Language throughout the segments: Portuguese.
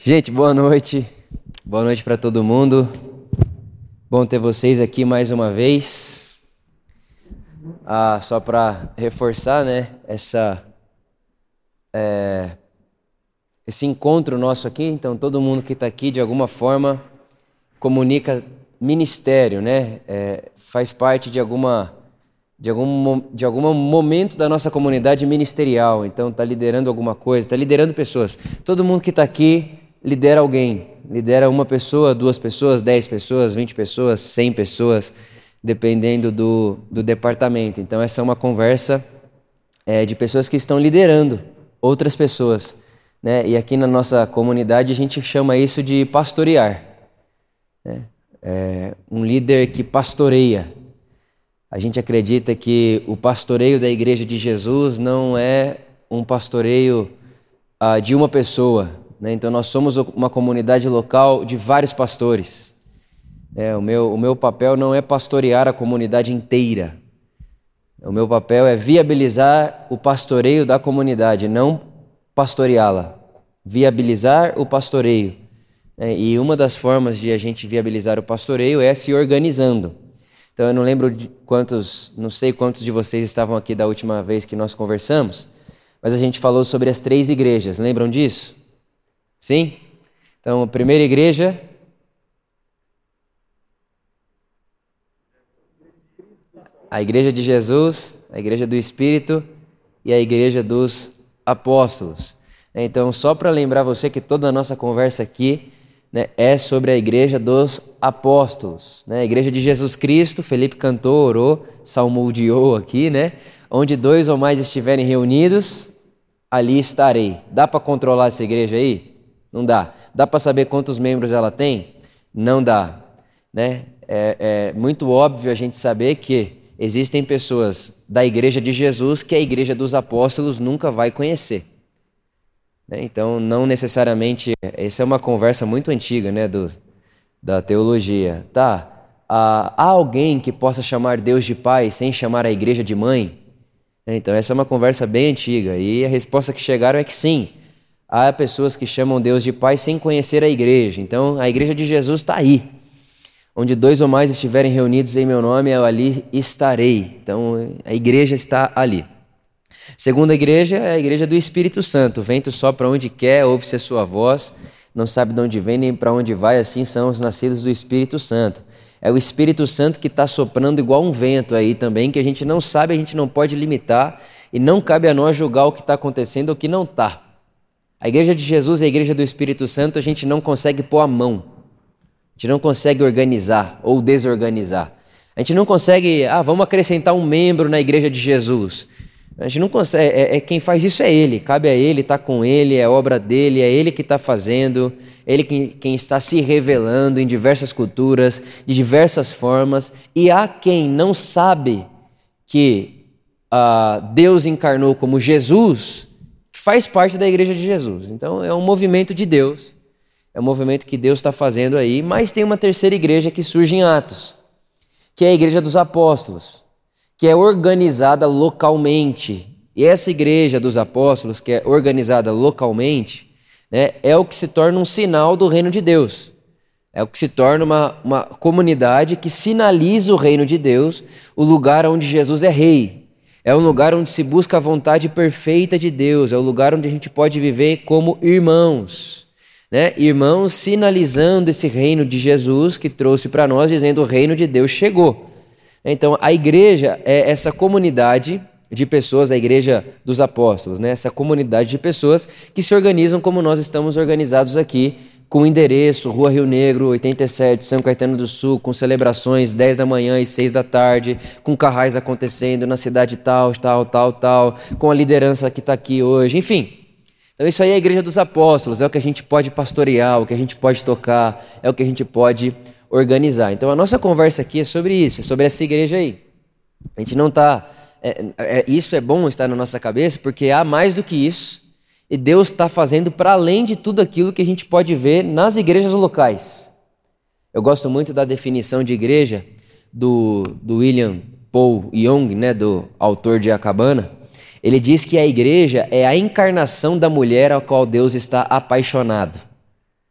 Gente, boa noite. Boa noite para todo mundo. Bom ter vocês aqui mais uma vez. Só para reforçar, né, esse encontro nosso aqui. Então, todo mundo que está aqui, de alguma forma, comunica ministério, né? Faz parte de algum momento da nossa comunidade ministerial. Então, está liderando alguma coisa, está liderando pessoas. Todo mundo que está aqui lidera alguém. Lidera uma pessoa, 2 pessoas, 10 pessoas, 20 pessoas, 100 pessoas, dependendo do departamento. Então, essa é uma conversa de pessoas que estão liderando outras pessoas, né? E aqui na nossa comunidade a gente chama isso de pastorear, né? Um líder que pastoreia. A gente acredita que o pastoreio da Igreja de Jesus não é um pastoreio de uma pessoa, né? Então nós somos uma comunidade local de vários pastores. O meu papel não é pastorear a comunidade inteira. O meu papel é viabilizar o pastoreio da comunidade, não pastoreá-la. Viabilizar o pastoreio. E uma das formas de a gente viabilizar o pastoreio é se organizando. Então eu não sei quantos de vocês estavam aqui da última vez que nós conversamos, mas a gente falou sobre as 3 igrejas, lembram disso? Sim? Então a primeira igreja, a igreja de Jesus, a igreja do Espírito e a igreja dos apóstolos. Então só para lembrar você que toda a nossa conversa aqui, né, é sobre a igreja dos apóstolos, né? A igreja de Jesus Cristo. Felipe cantou, orou, salmodiou aqui, né? Onde 2 ou mais estiverem reunidos, ali estarei. Dá para controlar essa igreja aí? Não dá. Dá para saber quantos membros ela tem? Não dá, né? É muito óbvio a gente saber que existem pessoas da igreja de Jesus que a igreja dos apóstolos nunca vai conhecer. Então, não necessariamente, essa é uma conversa muito antiga, né, da teologia. Há alguém que possa chamar Deus de pai sem chamar a igreja de mãe? Então, essa é uma conversa bem antiga, e a resposta que chegaram é que sim. Há pessoas que chamam Deus de pai sem conhecer a igreja. Então, a igreja de Jesus está aí. Onde 2 ou mais estiverem reunidos em meu nome, eu ali estarei. Então, a igreja está ali. Segunda igreja é a igreja do Espírito Santo. O vento sopra onde quer, ouve-se a sua voz, não sabe de onde vem nem para onde vai, assim são os nascidos do Espírito Santo. É o Espírito Santo que está soprando igual um vento aí também, que a gente não sabe, a gente não pode limitar, e não cabe a nós julgar o que está acontecendo ou o que não está. A igreja de Jesus e a igreja do Espírito Santo a gente não consegue pôr a mão, a gente não consegue organizar ou desorganizar. A gente não consegue, vamos acrescentar um membro na igreja de Jesus. A gente não consegue, quem faz isso é Ele, cabe a Ele, está com Ele, é obra dEle, é Ele que está fazendo, Ele quem está se revelando em diversas culturas, de diversas formas, e há quem não sabe que Deus encarnou como Jesus, que faz parte da igreja de Jesus. Então é um movimento de Deus, é um movimento que Deus está fazendo aí, mas tem uma terceira igreja que surge em Atos, que é a igreja dos apóstolos, que é organizada localmente. E essa igreja dos apóstolos, que é organizada localmente, né, é o que se torna um sinal do reino de Deus. É o que se torna uma comunidade que sinaliza o reino de Deus, o lugar onde Jesus é rei. É um lugar onde se busca a vontade perfeita de Deus, é o lugar onde a gente pode viver como irmãos, né? Irmãos sinalizando esse reino de Jesus que trouxe para nós, dizendo o reino de Deus chegou. Então, a igreja é essa comunidade de pessoas, a igreja dos apóstolos, né? Essa comunidade de pessoas que se organizam como nós estamos organizados aqui, com endereço, Rua Rio Negro, 87, São Caetano do Sul, com celebrações 10 da manhã e 6 da tarde, com carrais acontecendo na cidade tal, com a liderança que está aqui hoje, enfim. Então, isso aí é a igreja dos apóstolos, é o que a gente pode pastorear, o que a gente pode tocar, é o que a gente pode organizar. Então a nossa conversa aqui é sobre isso, é sobre essa igreja aí. A gente não está... isso é bom estar na nossa cabeça, porque há mais do que isso, e Deus está fazendo para além de tudo aquilo que a gente pode ver nas igrejas locais. Eu gosto muito da definição de igreja do William Paul Young, né, do autor de A Cabana. Ele diz que a igreja é a encarnação da mulher ao qual Deus está apaixonado.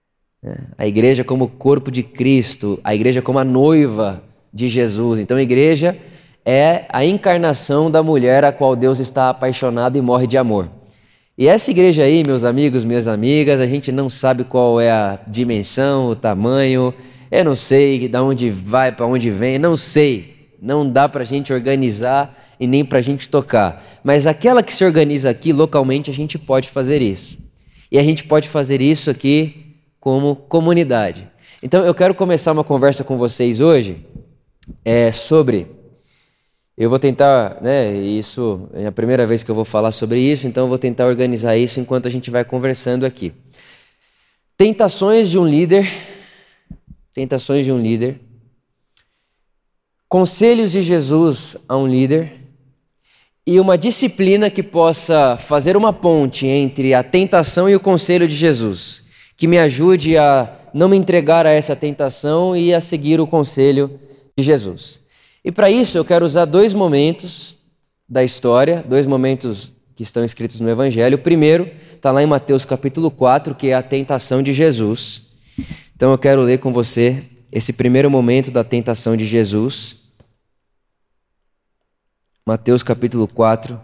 A igreja como corpo de Cristo, a igreja como a noiva de Jesus. Então a igreja é a encarnação da mulher a qual Deus está apaixonado e morre de amor. E essa igreja aí, meus amigos, minhas amigas, a gente não sabe qual é a dimensão, o tamanho, eu não sei de onde vai, para onde vem, não sei. Não dá para a gente organizar e nem para a gente tocar. Mas aquela que se organiza aqui localmente, a gente pode fazer isso. E a gente pode fazer isso aqui como comunidade. Então eu quero começar uma conversa com vocês hoje sobre... Eu vou tentar, isso é a primeira vez que eu vou falar sobre isso, então eu vou tentar organizar isso enquanto a gente vai conversando aqui. Tentações de um líder, conselhos de Jesus a um líder e uma disciplina que possa fazer uma ponte entre a tentação e o conselho de Jesus, que me ajude a não me entregar a essa tentação e a seguir o conselho de Jesus. E para isso eu quero usar 2 momentos da história, 2 momentos que estão escritos no Evangelho. O primeiro está lá em Mateus capítulo 4, que é a tentação de Jesus. Então eu quero ler com você esse primeiro momento da tentação de Jesus. Mateus capítulo 4.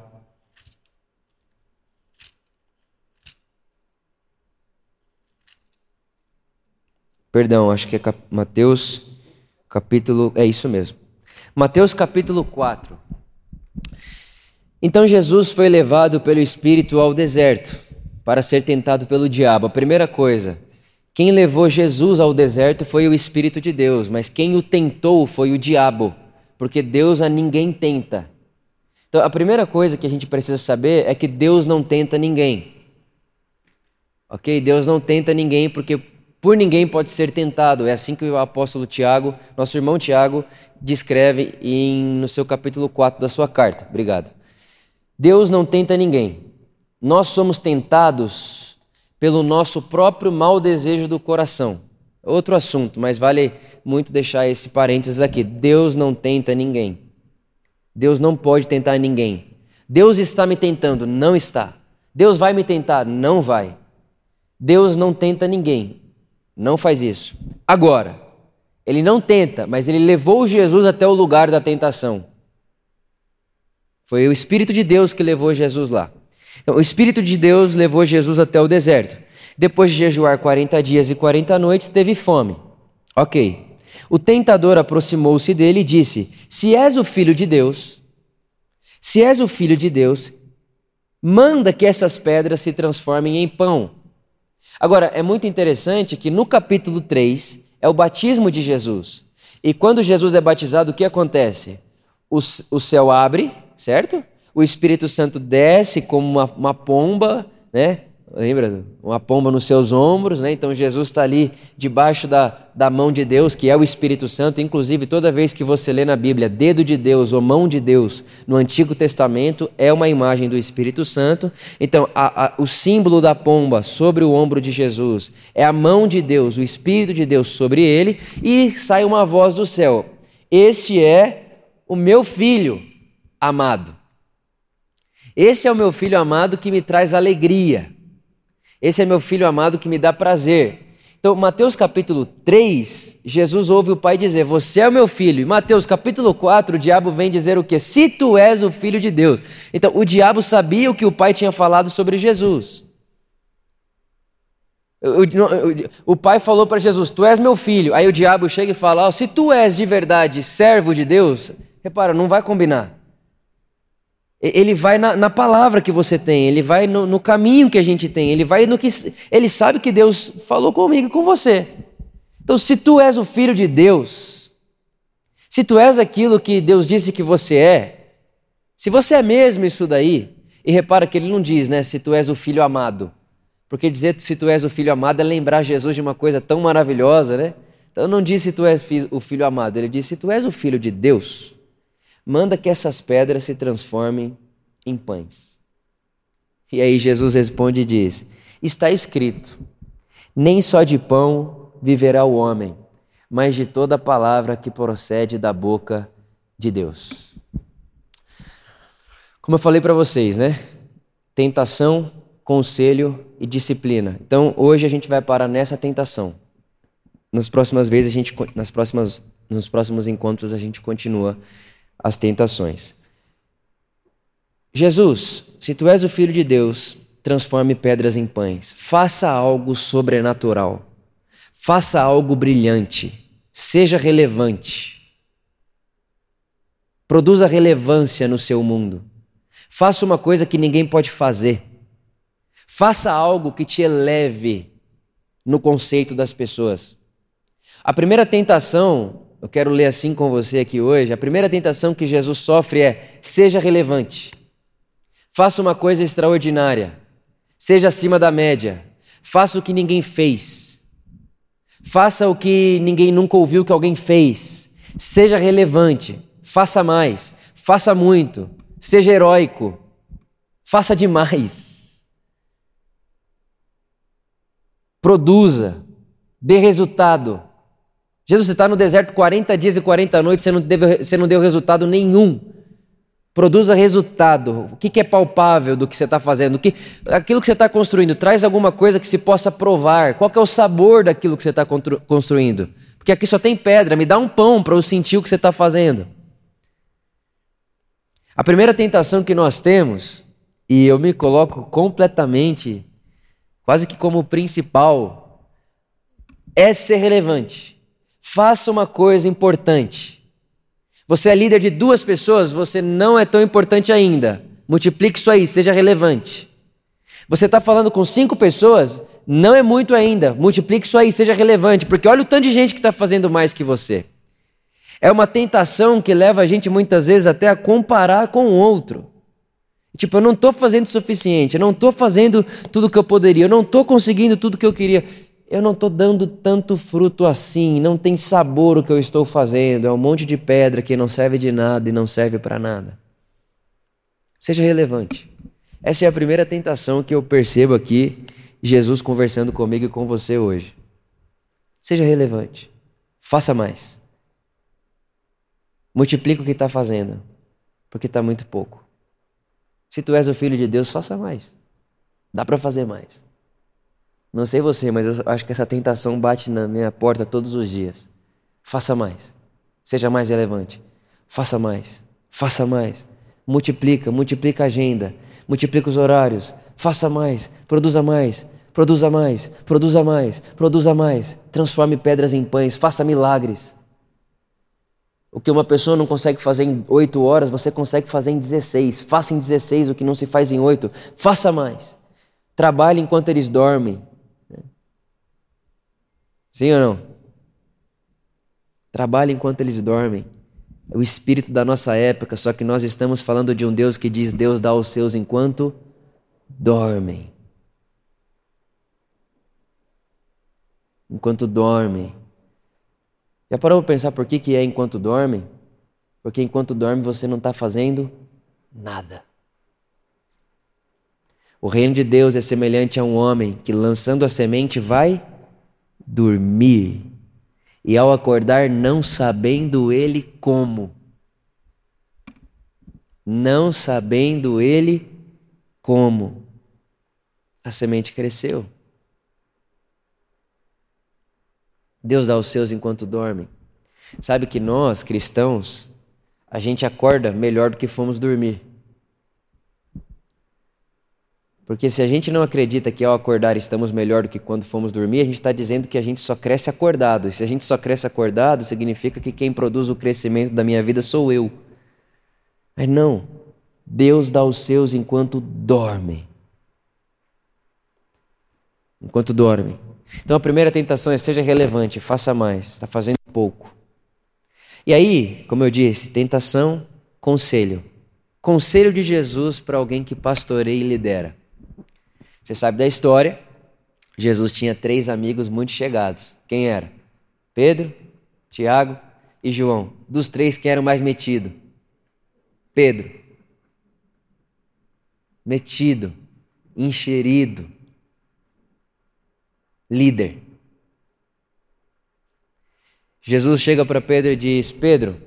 Perdão, acho que é Mateus capítulo... É isso mesmo. Mateus capítulo 4. Então Jesus foi levado pelo Espírito ao deserto para ser tentado pelo diabo. A primeira coisa, quem levou Jesus ao deserto foi o Espírito de Deus, mas quem o tentou foi o diabo, porque Deus a ninguém tenta. Então a primeira coisa que a gente precisa saber é que Deus não tenta ninguém. Ok? Deus não tenta ninguém porque por ninguém pode ser tentado. É assim que o apóstolo Tiago, nosso irmão Tiago, descreve no seu capítulo 4 da sua carta. Obrigado. Deus não tenta ninguém. Nós somos tentados pelo nosso próprio mau desejo do coração. Outro assunto, mas vale muito deixar esse parênteses aqui. Deus não tenta ninguém. Deus não pode tentar ninguém. Deus está me tentando? Não está. Deus vai me tentar? Não vai. Deus não tenta ninguém. Não faz isso. Agora, ele não tenta, mas ele levou Jesus até o lugar da tentação. Foi o Espírito de Deus que levou Jesus lá. Então, o Espírito de Deus levou Jesus até o deserto. Depois de jejuar 40 dias e 40 noites, teve fome. Ok. O tentador aproximou-se dele e disse: se és o Filho de Deus, manda que essas pedras se transformem em pão. Agora, é muito interessante que no capítulo 3 é o batismo de Jesus. E quando Jesus é batizado, o que acontece? O céu abre, certo? O Espírito Santo desce como uma pomba, né? Lembra? Uma pomba nos seus ombros, né? Então Jesus está ali debaixo da mão de Deus, que é o Espírito Santo. Inclusive, toda vez que você lê na Bíblia dedo de Deus ou mão de Deus no Antigo Testamento, é uma imagem do Espírito Santo. Então, o símbolo da pomba sobre o ombro de Jesus é a mão de Deus, o Espírito de Deus sobre ele, e sai uma voz do céu: esse é o meu filho amado. Esse é o meu filho amado que me traz alegria. Esse é meu filho amado que me dá prazer. Então, Mateus capítulo 3, Jesus ouve o Pai dizer: você é o meu filho. E Mateus capítulo 4, o diabo vem dizer o quê? Se tu és o Filho de Deus. Então, o diabo sabia o que o Pai tinha falado sobre Jesus. O Pai falou para Jesus: tu és meu filho. Aí o diabo chega e fala: se tu és de verdade servo de Deus, repara, não vai combinar. Ele vai na palavra que você tem, ele vai no caminho que a gente tem, ele vai no que... Ele sabe que Deus falou comigo e com você. Então, se tu és o Filho de Deus, se tu és aquilo que Deus disse que você é, se você é mesmo isso daí, e repara que ele não diz, né, se tu és o Filho amado, porque dizer se tu és o Filho amado é lembrar Jesus de uma coisa tão maravilhosa, né? Então não diz se tu és o Filho amado, ele diz se tu és o Filho de Deus, manda que essas pedras se transformem em pães. E aí Jesus responde e diz: está escrito, nem só de pão viverá o homem, mas de toda palavra que procede da boca de Deus. Como eu falei para vocês, né? Tentação, conselho e disciplina. Então hoje a gente vai parar nessa tentação. nas próximas vezes, nos próximos encontros, a gente continua as tentações. Jesus, se tu és o Filho de Deus, transforme pedras em pães. Faça algo sobrenatural. Faça algo brilhante. Seja relevante. Produza relevância no seu mundo. Faça uma coisa que ninguém pode fazer. Faça algo que te eleve no conceito das pessoas. A primeira tentação, eu quero ler assim com você aqui hoje, a primeira tentação que Jesus sofre é: seja relevante. Faça uma coisa extraordinária. Seja acima da média. Faça o que ninguém fez. Faça o que ninguém nunca ouviu que alguém fez. Seja relevante. Faça mais. Faça muito. Seja heróico. Faça demais. Produza. Dê resultado. Jesus, você está no deserto 40 dias e 40 noites, você não deu resultado nenhum. Produza resultado. O que é palpável do que você está fazendo? Aquilo que você está construindo, traz alguma coisa que se possa provar. Qual que é o sabor daquilo que você está construindo? Porque aqui só tem pedra. Me dá um pão para eu sentir o que você está fazendo. A primeira tentação que nós temos, e eu me coloco completamente, quase que como principal, é ser relevante. Faça uma coisa importante. Você é líder de 2 pessoas, você não é tão importante ainda. Multiplique isso aí, seja relevante. Você está falando com 5 pessoas, não é muito ainda. Multiplique isso aí, seja relevante, porque olha o tanto de gente que está fazendo mais que você. É uma tentação que leva a gente muitas vezes até a comparar com o outro. Tipo, eu não estou fazendo o suficiente, eu não estou fazendo tudo o que eu poderia, eu não estou conseguindo tudo o que eu queria. Eu não estou dando tanto fruto assim, não tem sabor o que eu estou fazendo, é um monte de pedra que não serve de nada e não serve para nada. Seja relevante. Essa é a primeira tentação que eu percebo aqui, Jesus conversando comigo e com você hoje. Seja relevante. Faça mais. Multiplica o que está fazendo, porque está muito pouco. Se tu és o Filho de Deus, faça mais. Dá para fazer mais. Não sei você, mas eu acho que essa tentação bate na minha porta todos os dias. Faça mais. Seja mais relevante. Faça mais. Faça mais. Multiplica a agenda. Multiplica os horários. Faça mais. Produza mais. Produza mais. Produza mais. Produza mais. Transforme pedras em pães. Faça milagres. O que uma pessoa não consegue fazer em 8 horas, você consegue fazer em 16. Faça em 16 o que não se faz em 8. Faça mais. Trabalhe enquanto eles dormem. Sim ou não? Trabalhe enquanto eles dormem. É o espírito da nossa época, só que nós estamos falando de um Deus que diz: Deus dá aos seus enquanto dormem. Enquanto dormem. Já parou para pensar por que é enquanto dormem? Porque enquanto dorme você não está fazendo nada. O reino de Deus é semelhante a um homem que, lançando a semente, vai dormir, e ao acordar, não sabendo ele como. Não sabendo ele como. A semente cresceu. Deus dá aos seus enquanto dormem. Sabe que nós, cristãos, a gente acorda melhor do que fomos dormir. Porque se a gente não acredita que ao acordar estamos melhor do que quando fomos dormir, a gente está dizendo que a gente só cresce acordado. E se a gente só cresce acordado, significa que quem produz o crescimento da minha vida sou eu. Mas não. Deus dá aos seus enquanto dormem. Enquanto dormem. Então a primeira tentação é: seja relevante, faça mais. Está fazendo pouco. E aí, como eu disse, tentação, conselho. Conselho de Jesus para alguém que pastoreia e lidera. Você sabe da história, Jesus tinha 3 amigos muito chegados. Quem era? Pedro, Tiago e João. Dos 3, quem era o mais metido? Pedro. Metido, encherido, líder. Jesus chega para Pedro e diz: Pedro,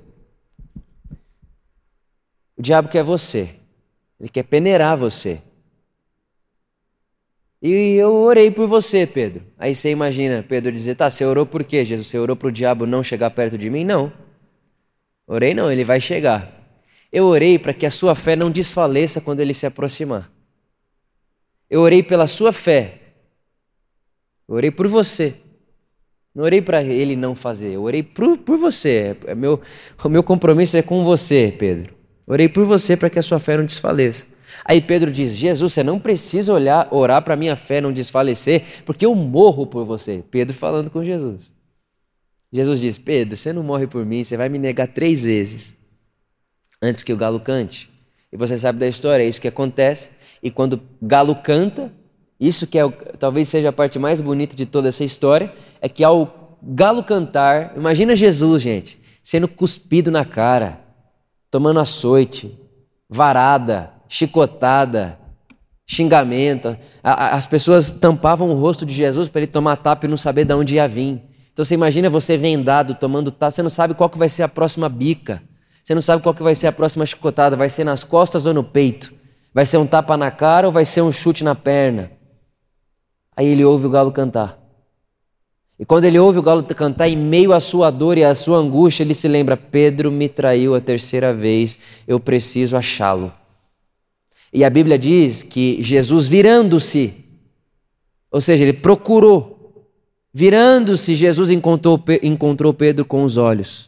o diabo quer você. Ele quer peneirar você. E eu orei por você, Pedro. Aí você imagina Pedro dizer, tá, você orou por quê, Jesus? Você orou para o diabo não chegar perto de mim? Não. Orei não, ele vai chegar. Eu orei para que a sua fé não desfaleça quando ele se aproximar. Eu orei pela sua fé. Eu orei por você. Não orei para ele não fazer, eu orei por você. O meu compromisso é com você, Pedro. Orei por você para que a sua fé não desfaleça. Aí Pedro diz, Jesus, você não precisa orar para a minha fé não desfalecer, porque eu morro por você. Pedro falando com Jesus. Jesus diz, Pedro, você não morre por mim, você vai me negar 3 vezes antes que o galo cante. E você sabe da história, é isso que acontece. E quando o galo canta, isso que talvez seja a parte mais bonita de toda essa história, é que ao galo cantar, imagina Jesus, gente, sendo cuspido na cara, tomando açoite, varada, chicotada, xingamento. As pessoas tampavam o rosto de Jesus para ele tomar tapa e não saber de onde ia vir. Então você imagina você vendado, tomando tapa, você não sabe qual que vai ser a próxima bica, você não sabe qual que vai ser a próxima chicotada, vai ser nas costas ou no peito, vai ser um tapa na cara ou vai ser um chute na perna. Aí ele ouve o galo cantar. E quando ele ouve o galo cantar, em meio à sua dor e à sua angústia, ele se lembra, Pedro me traiu a 3ª vez, eu preciso achá-lo. E a Bíblia diz que Jesus virando-se, ou seja, ele procurou, virando-se, Jesus encontrou Pedro com os olhos.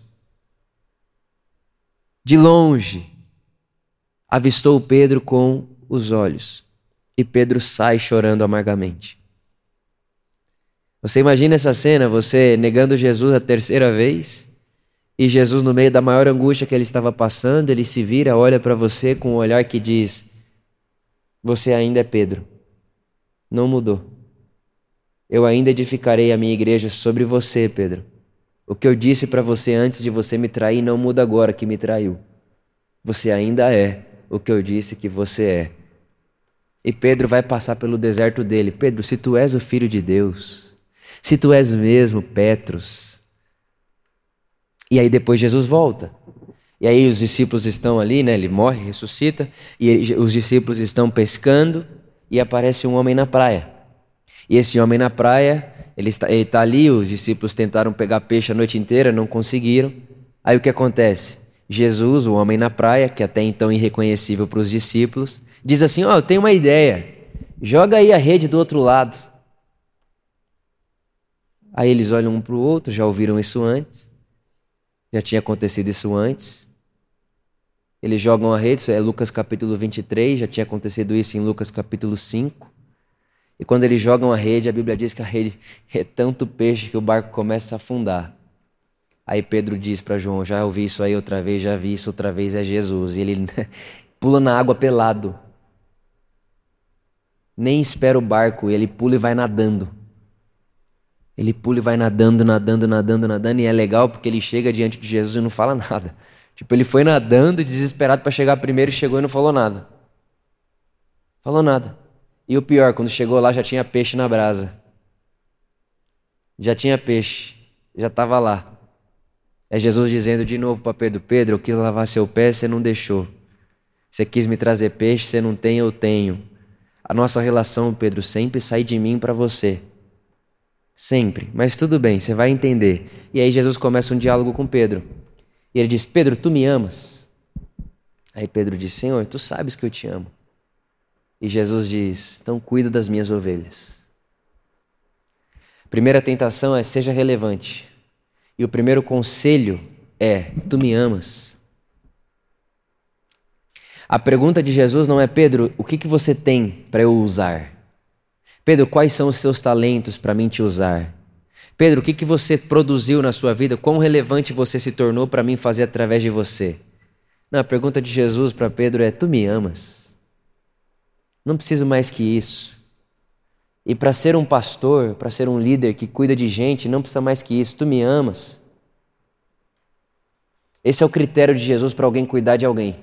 De longe, avistou Pedro com os olhos. E Pedro sai chorando amargamente. Você imagina essa cena, você negando Jesus a 3ª vez, e Jesus, no meio da maior angústia que ele estava passando, ele se vira, olha para você com um olhar que diz, você ainda é Pedro, não mudou. Eu ainda edificarei a minha igreja sobre você, Pedro. O que eu disse para você antes de você me trair não muda agora que me traiu. Você ainda é o que eu disse que você é. E Pedro vai passar pelo deserto dele. Pedro, se tu és o Filho de Deus, se tu és mesmo Petros. E aí depois Jesus volta. E aí os discípulos estão ali, né? Ele morre, ressuscita, e os discípulos estão pescando e aparece um homem na praia. E esse homem na praia, ele está ali, os discípulos tentaram pegar peixe a noite inteira, não conseguiram. Aí o que acontece? Jesus, o homem na praia, que até então irreconhecível para os discípulos, diz assim, eu tenho uma ideia, joga aí a rede do outro lado. Aí eles olham um para o outro, já ouviram isso antes, já tinha acontecido isso antes. Eles jogam a rede, isso é Lucas capítulo 23, já tinha acontecido isso em Lucas capítulo 5. E quando eles jogam a rede, a Bíblia diz que a rede é tanto peixe que o barco começa a afundar. Aí Pedro diz para João, já ouvi isso aí outra vez, já vi isso outra vez, é Jesus. E ele pula na água pelado. Nem espera o barco, ele pula e vai nadando. Ele pula e vai nadando, nadando, nadando, nadando. E é legal porque ele chega diante de Jesus e não fala nada. Tipo, ele foi nadando, desesperado para chegar primeiro, chegou e não falou nada. Falou nada. E o pior, quando chegou lá já tinha peixe na brasa. Já tinha peixe, já estava lá. É Jesus dizendo de novo para Pedro, Pedro, eu quis lavar seu pé, você não deixou. Você quis me trazer peixe, você não tem, eu tenho. A nossa relação, Pedro, sempre sai de mim para você. Sempre. Mas tudo bem, você vai entender. E aí Jesus começa um diálogo com Pedro. E ele diz, Pedro, tu me amas? Aí Pedro diz, Senhor, tu sabes que eu te amo. E Jesus diz, então cuida das minhas ovelhas. Primeira tentação é, seja relevante. E o primeiro conselho é, tu me amas? A pergunta de Jesus não é, Pedro, o que você tem para eu usar? Pedro, quais são os seus talentos para mim te usar? Pedro, o que você produziu na sua vida? Quão relevante você se tornou para mim fazer através de você? Não, a pergunta de Jesus para Pedro é, tu me amas? Não preciso mais que isso. E para ser um pastor, para ser um líder que cuida de gente, não precisa mais que isso. Tu me amas? Esse é o critério de Jesus para alguém cuidar de alguém.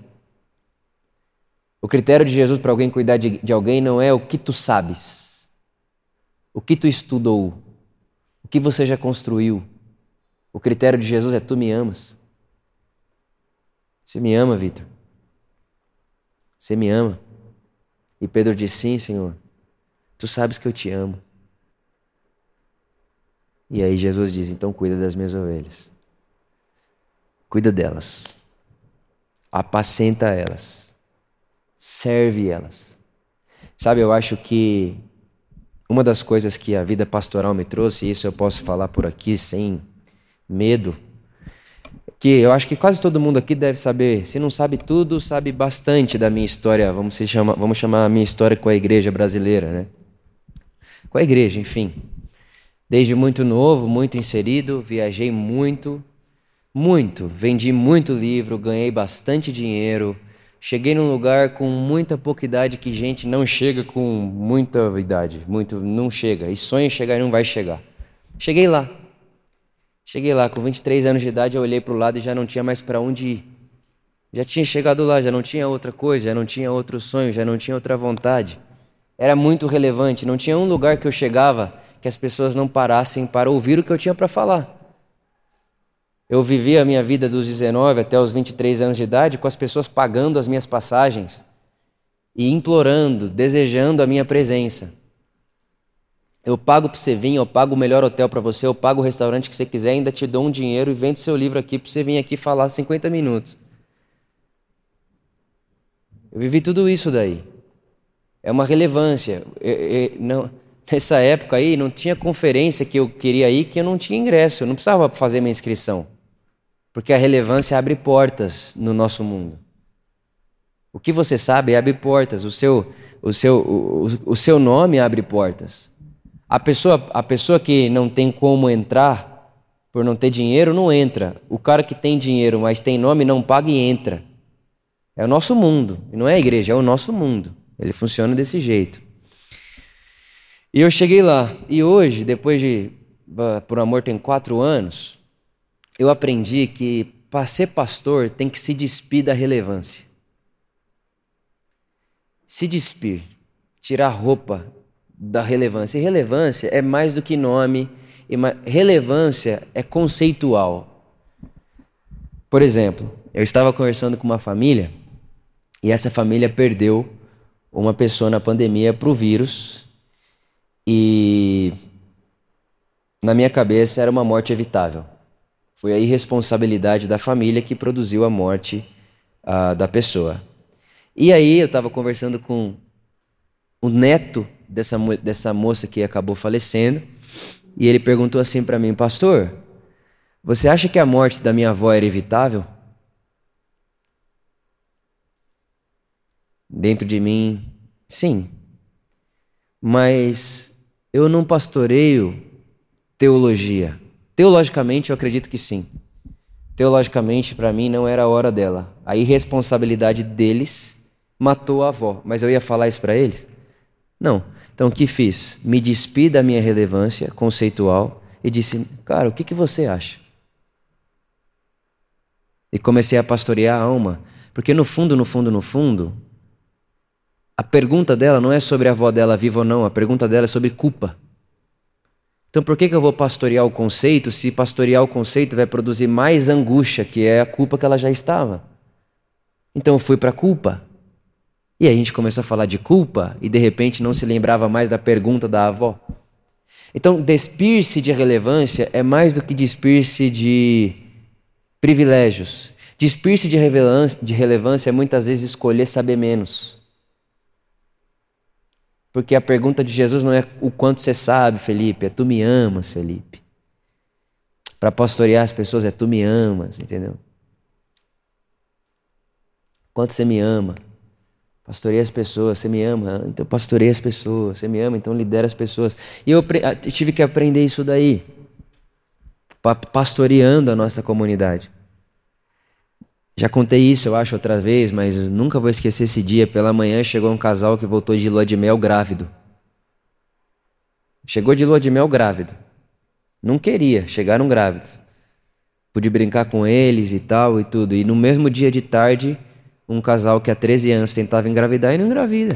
O critério de Jesus para alguém cuidar de alguém não é o que tu sabes, o que tu estudou, o que você já construiu. O critério de Jesus é tu me amas. Você me ama, Vitor? Você me ama? E Pedro disse, sim, Senhor. Tu sabes que eu te amo. E aí Jesus diz, então cuida das minhas ovelhas. Cuida delas. Apacenta elas. Serve elas. Sabe, eu acho que uma das coisas que a vida pastoral me trouxe, e isso eu posso falar por aqui sem medo, que eu acho que quase todo mundo aqui deve saber, se não sabe tudo, sabe bastante da minha história, vamos chamar a minha história com a igreja brasileira, né? Com a igreja, enfim. Desde muito novo, muito inserido, viajei muito, vendi muito livro, ganhei bastante dinheiro, cheguei num lugar com muita pouca idade que gente não chega com muita idade, não chega, e sonha em chegar e não vai chegar. Cheguei lá, com 23 anos de idade, eu olhei para o lado e já não tinha mais para onde ir. Já tinha chegado lá, já não tinha outra coisa, já não tinha outro sonho, já não tinha outra vontade. Era muito relevante, não tinha um lugar que eu chegava que as pessoas não parassem para ouvir o que eu tinha para falar. Eu vivi a minha vida dos 19 até os 23 anos de idade com as pessoas pagando as minhas passagens e implorando, desejando a minha presença. Eu pago para você vir, eu pago o melhor hotel para você, eu pago o restaurante que você quiser, ainda te dou um dinheiro e vendo seu livro aqui para você vir aqui falar 50 minutos. Eu vivi tudo isso daí. É uma relevância. Nessa época aí não tinha conferência que eu queria ir que eu não tinha ingresso, eu não precisava fazer minha inscrição. Porque a relevância abre portas no nosso mundo. O que você sabe abre portas, o seu nome abre portas. A pessoa que não tem como entrar, por não ter dinheiro, não entra. O cara que tem dinheiro, mas tem nome, não paga e entra. É o nosso mundo. E não é a igreja, é o nosso mundo. Ele funciona desse jeito. E eu cheguei lá. E hoje, depois de Por Amor tem 4 anos, eu aprendi que para ser pastor tem que se despir da relevância. Se despir. Tirar a roupa da relevância. E relevância é mais do que nome, relevância é conceitual. Por exemplo, eu estava conversando com uma família e essa família perdeu uma pessoa na pandemia para o vírus e na minha cabeça era uma morte evitável. Foi a irresponsabilidade da família que produziu a morte da pessoa. E aí eu estava conversando com o neto dessa moça que acabou falecendo, e ele perguntou assim para mim, pastor, você acha que a morte da minha avó era evitável? Dentro de mim, sim. Mas eu não pastoreio teologia. Teologicamente eu acredito que sim. Teologicamente para mim não era a hora dela. A irresponsabilidade deles matou a avó. Mas eu ia falar isso para eles? Não. Então o que fiz? Me despi da minha relevância conceitual e disse, cara, o que você acha? E comecei a pastorear a alma. Porque no fundo, a pergunta dela não é sobre a avó dela viva ou não, a pergunta dela é sobre culpa. Então por que eu vou pastorear o conceito se pastorear o conceito vai produzir mais angústia, que é a culpa que ela já estava? Então eu fui para a culpa. E aí a gente começou a falar de culpa e de repente não se lembrava mais da pergunta da avó. Então despir-se de relevância é mais do que despir-se de privilégios. Despir-se de relevância é muitas vezes escolher saber menos. Porque a pergunta de Jesus não é o quanto você sabe, Felipe, é tu me amas, Felipe. Para pastorear as pessoas é tu me amas, entendeu? Quanto você me ama. Pastorei as pessoas, você me ama, então pastorei as pessoas, você me ama, então lidera as pessoas. E eu tive que aprender isso daí, pastoreando a nossa comunidade. Já contei isso, eu acho, outra vez, mas nunca vou esquecer esse dia. Pela manhã chegou um casal que voltou de lua de mel grávido. Chegou de lua de mel grávido. Não queria, chegaram grávidos. Pude brincar com eles e tal e tudo. E no mesmo dia de tarde, um casal que há 13 anos tentava engravidar e não engravida.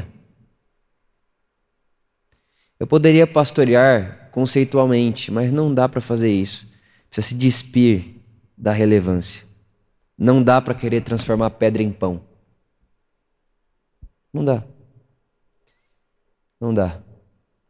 Eu poderia pastorear conceitualmente, mas não dá para fazer isso. Precisa se despir da relevância. Não dá para querer transformar pedra em pão. Não dá. Não dá.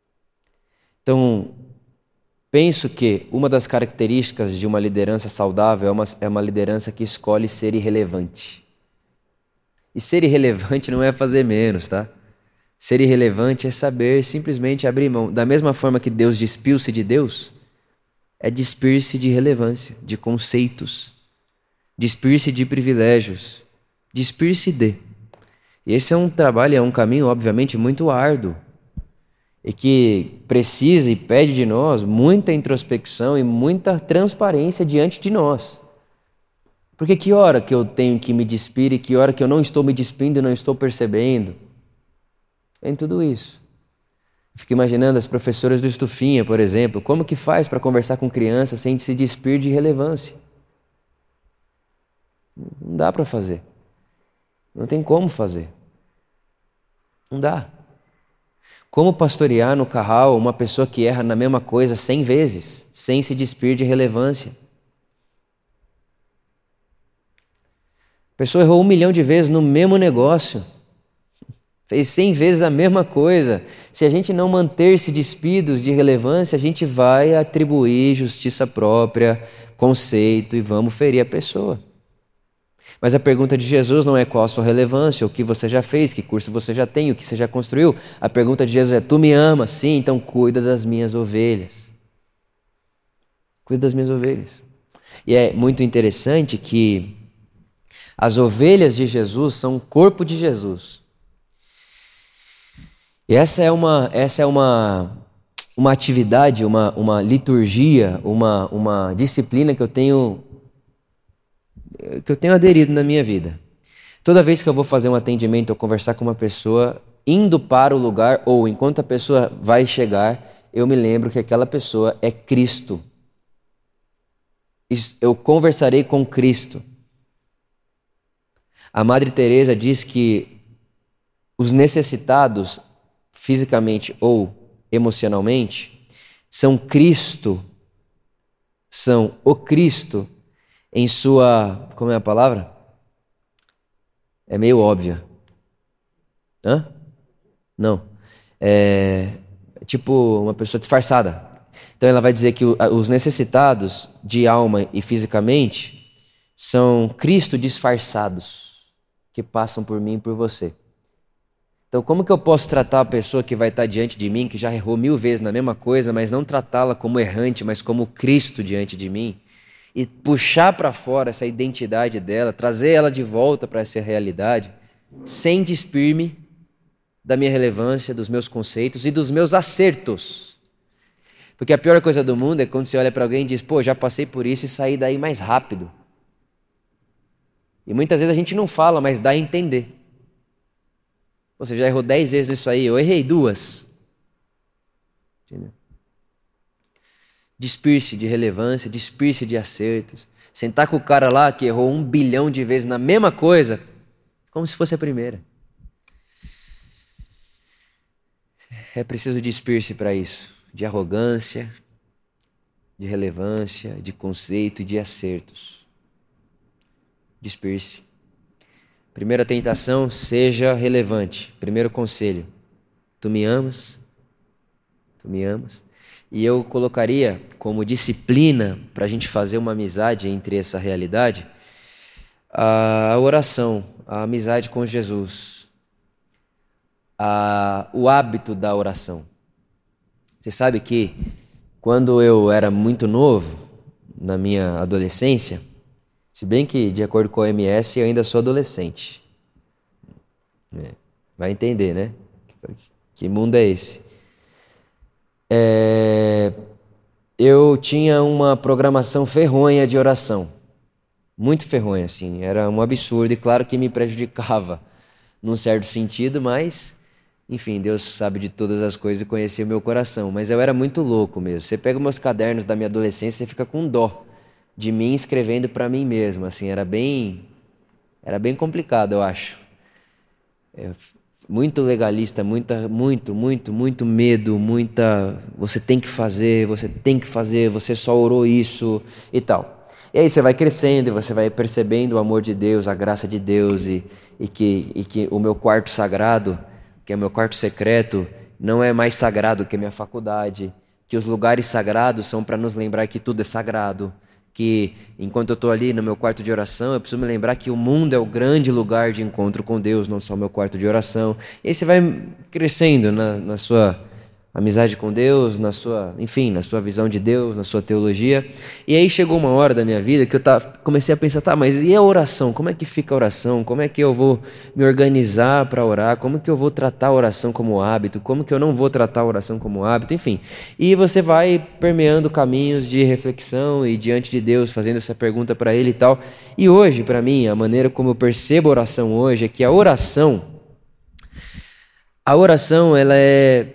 Então, penso que uma das características de uma liderança saudável é uma liderança que escolhe ser irrelevante. E ser irrelevante não é fazer menos, tá? Ser irrelevante é saber simplesmente abrir mão. Da mesma forma que Deus despiu-se de Deus, é despir-se de relevância, de conceitos, despir-se de privilégios, despir-se de. E esse é um trabalho, é um caminho, obviamente, muito árduo e que precisa e pede de nós muita introspecção e muita transparência diante de nós. Porque que hora que eu tenho que me despir e que hora que eu não estou me despindo e não estou percebendo? Em tudo isso. Fico imaginando as professoras do Estufinha, por exemplo, como que faz para conversar com criança sem se despir de relevância? Não dá para fazer. Não tem como fazer. Não dá. Como pastorear no carral uma pessoa que erra na mesma coisa 100 vezes, sem se despir de relevância? A pessoa errou 1 milhão de vezes no mesmo negócio. Fez 100 vezes a mesma coisa. Se a gente não manter-se despidos de relevância, a gente vai atribuir justiça própria, conceito e vamos ferir a pessoa. Mas a pergunta de Jesus não é qual a sua relevância, o que você já fez, que curso você já tem, o que você já construiu. A pergunta de Jesus é: tu me amas? Sim, então cuida das minhas ovelhas. Cuida das minhas ovelhas. E é muito interessante que as ovelhas de Jesus são o corpo de Jesus. E essa é uma atividade, uma liturgia, uma disciplina que eu tenho aderido na minha vida. Toda vez que eu vou fazer um atendimento ou conversar com uma pessoa, indo para o lugar ou enquanto a pessoa vai chegar, eu me lembro que aquela pessoa é Cristo. Eu conversarei com Cristo. A Madre Teresa diz que os necessitados, fisicamente ou emocionalmente, são o Cristo em sua... Como é a palavra? É meio óbvia. Hã? Não. É tipo uma pessoa disfarçada. Então ela vai dizer que os necessitados de alma e fisicamente são Cristo disfarçados, que passam por mim e por você. Então, como que eu posso tratar a pessoa que vai estar diante de mim, que já errou 1000 vezes na mesma coisa, mas não tratá-la como errante, mas como Cristo diante de mim, e puxar para fora essa identidade dela, trazer ela de volta para essa realidade, sem despir-me da minha relevância, dos meus conceitos e dos meus acertos? Porque a pior coisa do mundo é quando você olha para alguém e diz: pô, já passei por isso e saí daí mais rápido. E muitas vezes a gente não fala, mas dá a entender. Você já errou 10 vezes isso aí, eu errei 2. Entendeu? Despir-se de relevância, despir-se de acertos. Sentar com o cara lá que errou 1 bilhão de vezes na mesma coisa, como se fosse a primeira. É preciso despir-se para isso. De arrogância, de relevância, de conceito e de acertos. Despir-se. Primeira tentação: seja relevante. Primeiro conselho: tu me amas? Tu me amas? E eu colocaria como disciplina para a gente fazer uma amizade entre essa realidade, a oração, a amizade com Jesus, o hábito da oração. Você sabe que quando eu era muito novo, na minha adolescência, se bem que, de acordo com a OMS, eu ainda sou adolescente. Vai entender, né? Que mundo é esse? Eu tinha uma programação ferronha de oração. Muito ferronha, assim. Era um absurdo e claro que me prejudicava num certo sentido, mas, enfim, Deus sabe de todas as coisas e conhecia o meu coração. Mas eu era muito louco mesmo. Você pega meus cadernos da minha adolescência e fica com dó de mim escrevendo para mim mesmo, assim, era bem complicado, eu acho. Muito legalista, muito medo, você tem que fazer, você só orou isso e tal. E aí você vai crescendo e você vai percebendo o amor de Deus, a graça de Deus e que o meu quarto sagrado, que é o meu quarto secreto, não é mais sagrado que a minha faculdade, que os lugares sagrados são para nos lembrar que tudo é sagrado, que enquanto eu estou ali no meu quarto de oração, eu preciso me lembrar que o mundo é o grande lugar de encontro com Deus, não só o meu quarto de oração. E aí você vai crescendo na sua amizade com Deus, enfim, na sua visão de Deus, na sua teologia. E aí chegou uma hora da minha vida que eu comecei a pensar, mas e a oração? Como é que fica a oração? Como é que eu vou me organizar para orar? Como que eu vou tratar a oração como hábito? Como que eu não vou tratar a oração como hábito? Enfim, e você vai permeando caminhos de reflexão e diante de Deus, fazendo essa pergunta para Ele e tal. E hoje, para mim, a maneira como eu percebo a oração hoje é que a oração, ela é...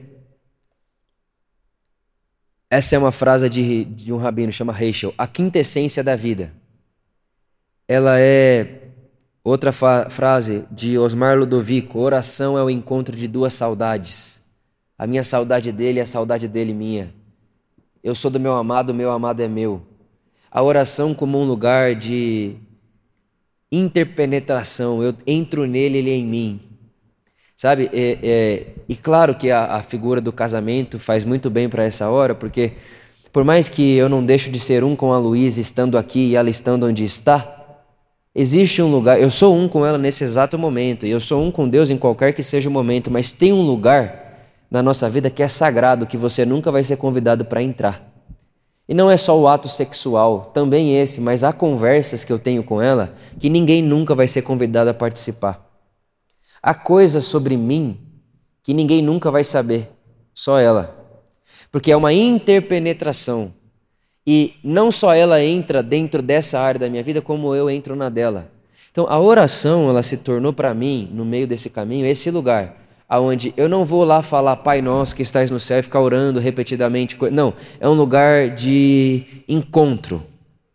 Essa é uma frase de um rabino, chama Heschel, a quintessência da vida. Ela é outra frase de Osmar Ludovico, oração é o encontro de duas saudades. A minha saudade dele e a saudade dele minha. Eu sou do meu amado é meu. A oração como um lugar de interpenetração, eu entro nele, ele em mim. Sabe, e claro que a figura do casamento faz muito bem para essa hora, porque por mais que eu não deixo de ser um com a Luísa estando aqui e ela estando onde está, existe um lugar, eu sou um com ela nesse exato momento, e eu sou um com Deus em qualquer que seja o momento, mas tem um lugar na nossa vida que é sagrado, que você nunca vai ser convidado para entrar. E não é só o ato sexual, também esse, mas há conversas que eu tenho com ela que ninguém nunca vai ser convidado a participar. Há coisas sobre mim que ninguém nunca vai saber, só ela. Porque é uma interpenetração. E não só ela entra dentro dessa área da minha vida, como eu entro na dela. Então a oração, ela se tornou para mim, no meio desse caminho, esse lugar onde eu não vou lá falar Pai Nosso que estás no céu e ficar orando repetidamente. Não, é um lugar de encontro,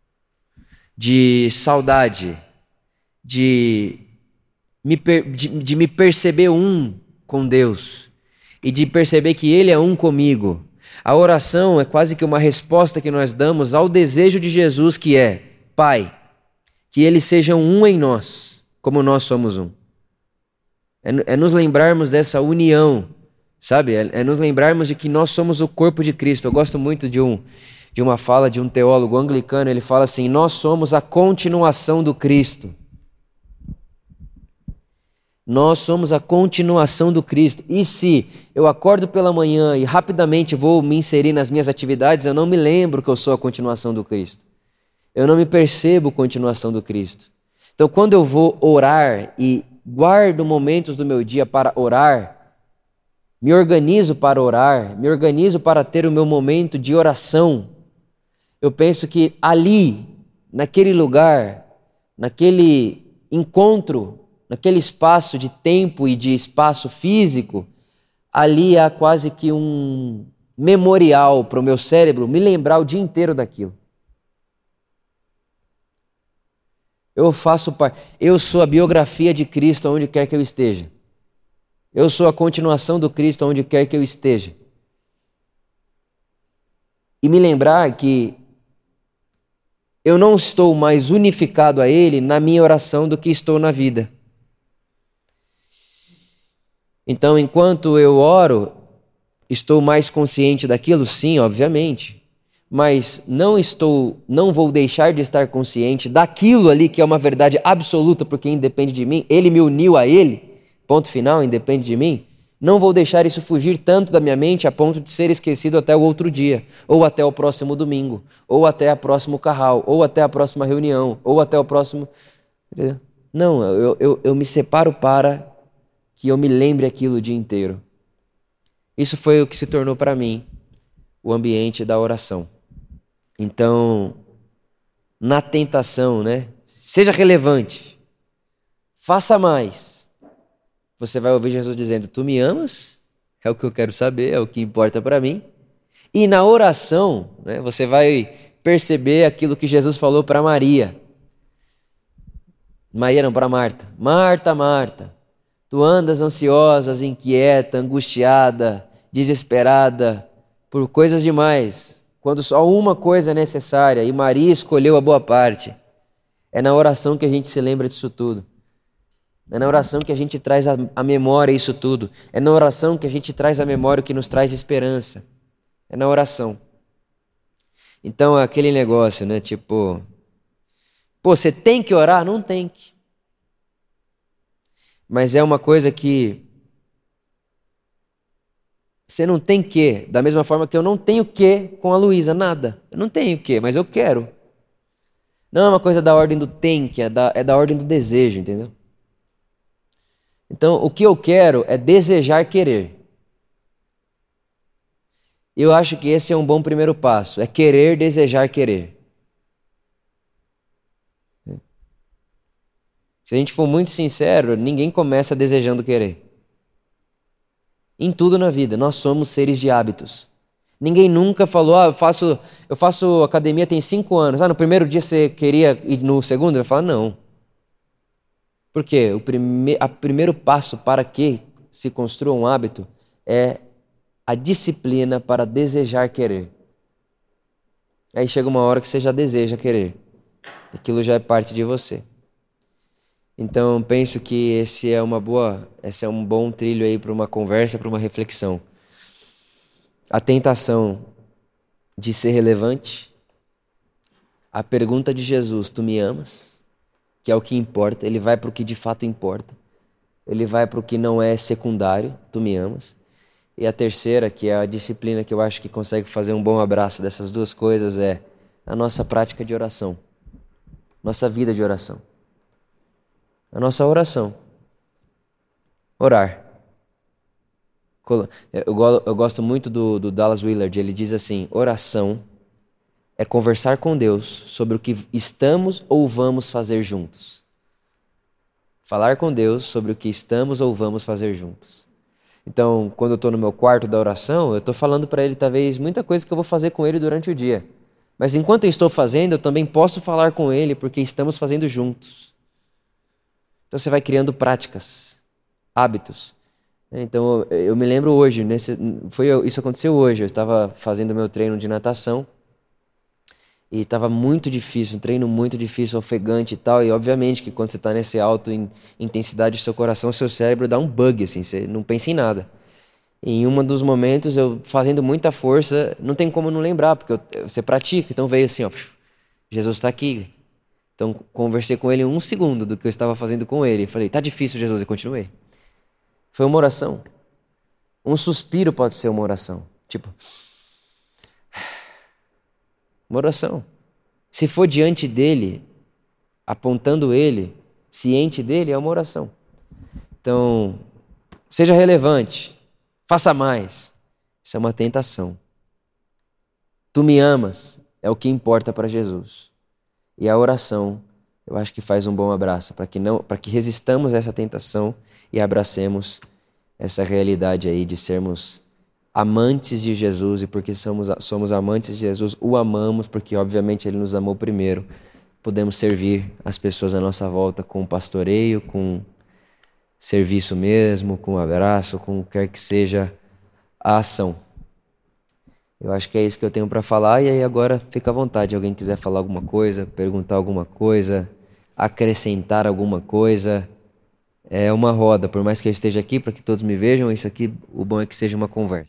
de saudade, de me perceber um com Deus e de perceber que Ele é um comigo. A oração é quase que uma resposta que nós damos ao desejo de Jesus, que é: Pai, que Ele seja um em nós, como nós somos um. É nos lembrarmos dessa união, sabe? É nos lembrarmos de que nós somos o corpo de Cristo. Eu gosto muito de uma fala de um teólogo anglicano, ele fala assim: nós somos a continuação do Cristo. Nós somos a continuação do Cristo. E se eu acordo pela manhã e rapidamente vou me inserir nas minhas atividades, eu não me lembro que eu sou a continuação do Cristo. Eu não me percebo continuação do Cristo. Então, quando eu vou orar e guardo momentos do meu dia para orar, me organizo para orar, me organizo para ter o meu momento de oração, eu penso que ali, naquele lugar, naquele encontro, naquele espaço de tempo e de espaço físico, ali há quase que um memorial para o meu cérebro me lembrar o dia inteiro daquilo. Eu sou a biografia de Cristo onde quer que eu esteja. Eu sou a continuação do Cristo onde quer que eu esteja. E me lembrar que eu não estou mais unificado a Ele na minha oração do que estou na vida. Então, enquanto eu oro, estou mais consciente daquilo? Sim, obviamente. Mas não vou deixar de estar consciente daquilo ali que é uma verdade absoluta, porque independe de mim. Ele me uniu a Ele, ponto final, independe de mim. Não vou deixar isso fugir tanto da minha mente a ponto de ser esquecido até o outro dia, ou até o próximo domingo, ou até o próximo carral, ou até a próxima reunião, ou até o próximo... Não, eu me separo para que eu me lembre aquilo o dia inteiro. Isso foi o que se tornou para mim o ambiente da oração. Então, na tentação, né? Seja relevante, faça mais. Você vai ouvir Jesus dizendo: tu me amas? É o que eu quero saber, é o que importa para mim. E na oração, né, você vai perceber aquilo que Jesus falou para Maria. Maria não, para Marta. Marta, Marta, tu andas ansiosa, inquieta, angustiada, desesperada por coisas demais, quando só uma coisa é necessária, e Maria escolheu a boa parte. É na oração que a gente se lembra disso tudo. É na oração que a gente traz à memória isso tudo. É na oração que a gente traz à memória o que nos traz esperança. é na oração. Então, é aquele negócio, né? Tipo, pô, você tem que orar? Não tem que. Mas é uma coisa que você não tem que, da mesma forma que eu não tenho que com a Luísa, nada. Eu não tenho que, mas eu quero. Não é uma coisa da ordem do tem que, é da ordem do desejo, entendeu? Então, o que eu quero é desejar querer. Eu acho que esse é um bom primeiro passo, é querer, desejar querer. Se a gente for muito sincero, ninguém começa desejando querer. Em tudo na vida, nós somos seres de hábitos. Ninguém nunca falou, eu faço academia tem 5 anos. No primeiro dia você queria e no segundo? Eu falo, não. Por quê? O primeiro passo para que se construa um hábito é a disciplina para desejar querer. Aí chega uma hora que você já deseja querer. Aquilo já é parte de você. Então, penso que esse é um bom trilho aí para uma conversa, para uma reflexão. A tentação de ser relevante, a pergunta de Jesus, tu me amas? Que é o que importa, ele vai para o que de fato importa. Ele vai para o que não é secundário, tu me amas. E a terceira, que é a disciplina que eu acho que consegue fazer um bom abraço dessas duas coisas, é a nossa prática de oração, nossa vida de oração. A nossa oração. Orar. Eu gosto muito do Dallas Willard. Ele diz assim: oração é conversar com Deus sobre o que estamos ou vamos fazer juntos. Falar com Deus sobre o que estamos ou vamos fazer juntos. Então, quando eu estou no meu quarto da oração, eu estou falando para Ele talvez muita coisa que eu vou fazer com Ele durante o dia. Mas enquanto eu estou fazendo, eu também posso falar com Ele porque estamos fazendo juntos. Então você vai criando práticas, hábitos. Então eu me lembro hoje, isso aconteceu hoje, eu estava fazendo meu treino de natação e estava muito difícil, um treino muito difícil, ofegante e tal, e obviamente que quando você está nessa alta intensidade do seu coração, seu cérebro dá um bug, assim, você não pensa em nada. E em um dos momentos, eu fazendo muita força, não tem como não lembrar, porque você pratica, então veio assim, ó, Jesus está aqui. Então, conversei com ele 1 segundo do que eu estava fazendo com ele. Falei, tá difícil, Jesus, e continuei. Foi uma oração. Um suspiro pode ser uma oração. Tipo, uma oração. Se for diante dele, apontando ele, ciente dele, é uma oração. Então, seja relevante, faça mais. Isso é uma tentação. Tu me amas, é o que importa para Jesus. E a oração, eu acho que faz um bom abraço, para que resistamos a essa tentação e abracemos essa realidade aí de sermos amantes de Jesus, e porque somos amantes de Jesus, o amamos, porque obviamente Ele nos amou primeiro. Podemos servir as pessoas à nossa volta com pastoreio, com serviço mesmo, com abraço, com o que quer que seja a ação. Eu acho que é isso que eu tenho para falar, e aí agora fica à vontade. Alguém quiser falar alguma coisa, perguntar alguma coisa, acrescentar alguma coisa, é uma roda. Por mais que eu esteja aqui para que todos me vejam, isso aqui, o bom é que seja uma conversa.